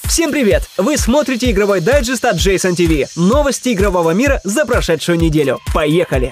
Всем привет! Вы смотрите игровой дайджест от Jason TV. Новости игрового мира за прошедшую неделю. Поехали!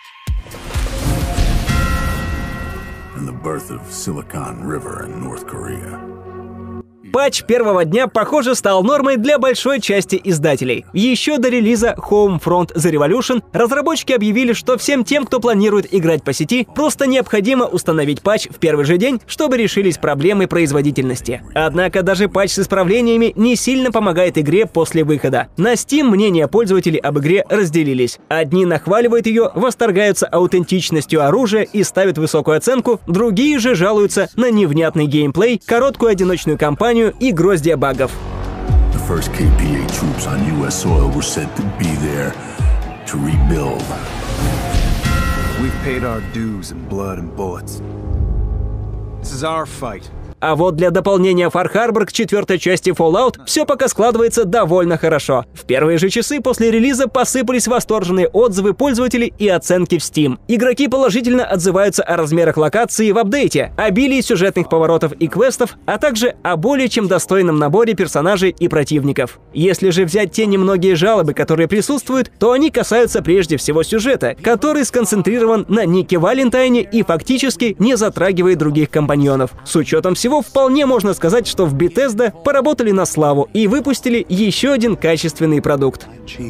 Патч первого дня, похоже, стал нормой для большой части издателей. Еще до релиза Homefront The Revolution разработчики объявили, что всем тем, кто планирует играть по сети, просто необходимо установить патч в первый же день, чтобы решились проблемы производительности. Однако даже патч с исправлениями не сильно помогает игре после выхода. На Steam мнения пользователей об игре разделились. Одни нахваливают ее, восторгаются аутентичностью оружия и ставят высокую оценку, другие же жалуются на невнятный геймплей, короткую одиночную кампанию и гроздья багов. А вот для дополнения Far Harbor к четвертой части Fallout все пока складывается довольно хорошо. В первые же часы после релиза посыпались восторженные отзывы пользователей и оценки в Steam. Игроки положительно отзываются о размерах локации в апдейте, обилии сюжетных поворотов и квестов, а также о более чем достойном наборе персонажей и противников. Если же взять те немногие жалобы, которые присутствуют, то они касаются прежде всего сюжета, который сконцентрирован на Нике Валентайне и фактически не затрагивает других компаньонов. С учетом всего, вполне можно сказать, что в Bethesda поработали на славу и выпустили еще один качественный продукт.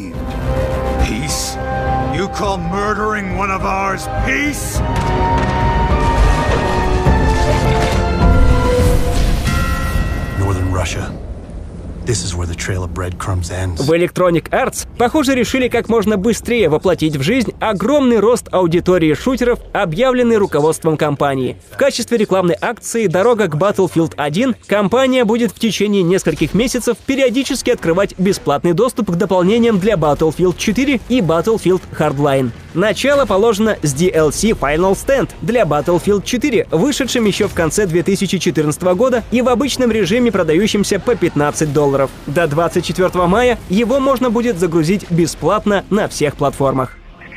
В Electronic Arts, похоже, решили как можно быстрее воплотить в жизнь огромный рост аудитории шутеров, объявленный руководством компании. В качестве рекламной акции «Дорога к Battlefield 1» компания будет в течение нескольких месяцев периодически открывать бесплатный доступ к дополнениям для Battlefield 4 и Battlefield Hardline. Начало положено с DLC Final Stand для Battlefield 4, вышедшим еще в конце 2014 года и в обычном режиме продающимся по $15. До 24 мая его можно будет загрузить бесплатно на всех платформах.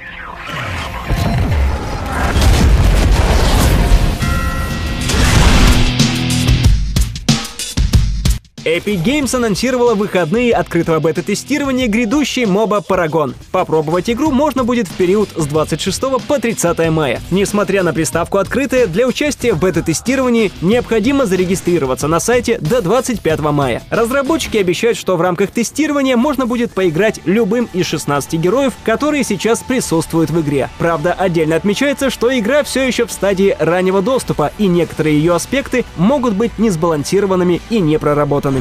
Epic Games анонсировала выходные открытого бета-тестирования грядущей моба Paragon. Попробовать игру можно будет в период с 26 по 30 мая. Несмотря на приставку «Открытая», для участия в бета-тестировании необходимо зарегистрироваться на сайте до 25 мая. Разработчики обещают, что в рамках тестирования можно будет поиграть любым из 16 героев, которые сейчас присутствуют в игре. Правда, отдельно отмечается, что игра все еще в стадии раннего доступа, и некоторые ее аспекты могут быть несбалансированными и непроработанными.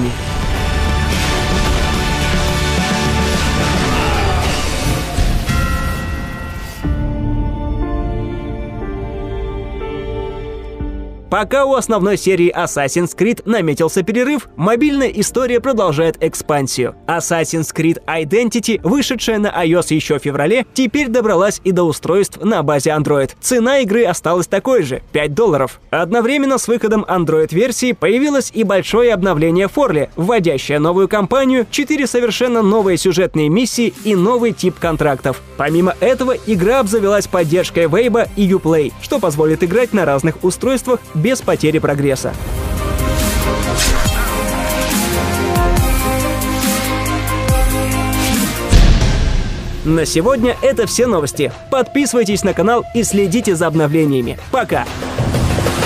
Пока у основной серии Assassin's Creed наметился перерыв, мобильная история продолжает экспансию. Assassin's Creed Identity, вышедшая на iOS еще в феврале, теперь добралась и до устройств на базе Android. Цена игры осталась такой же – $5. Одновременно с выходом Android-версии появилось и большое обновление Forli, вводящее новую кампанию, 4 совершенно новые сюжетные миссии и новый тип контрактов. Помимо этого, игра обзавелась поддержкой Вейба и Uplay, что позволит играть на разных устройствах без потери прогресса. На сегодня это все новости. Подписывайтесь на канал и следите за обновлениями. Пока!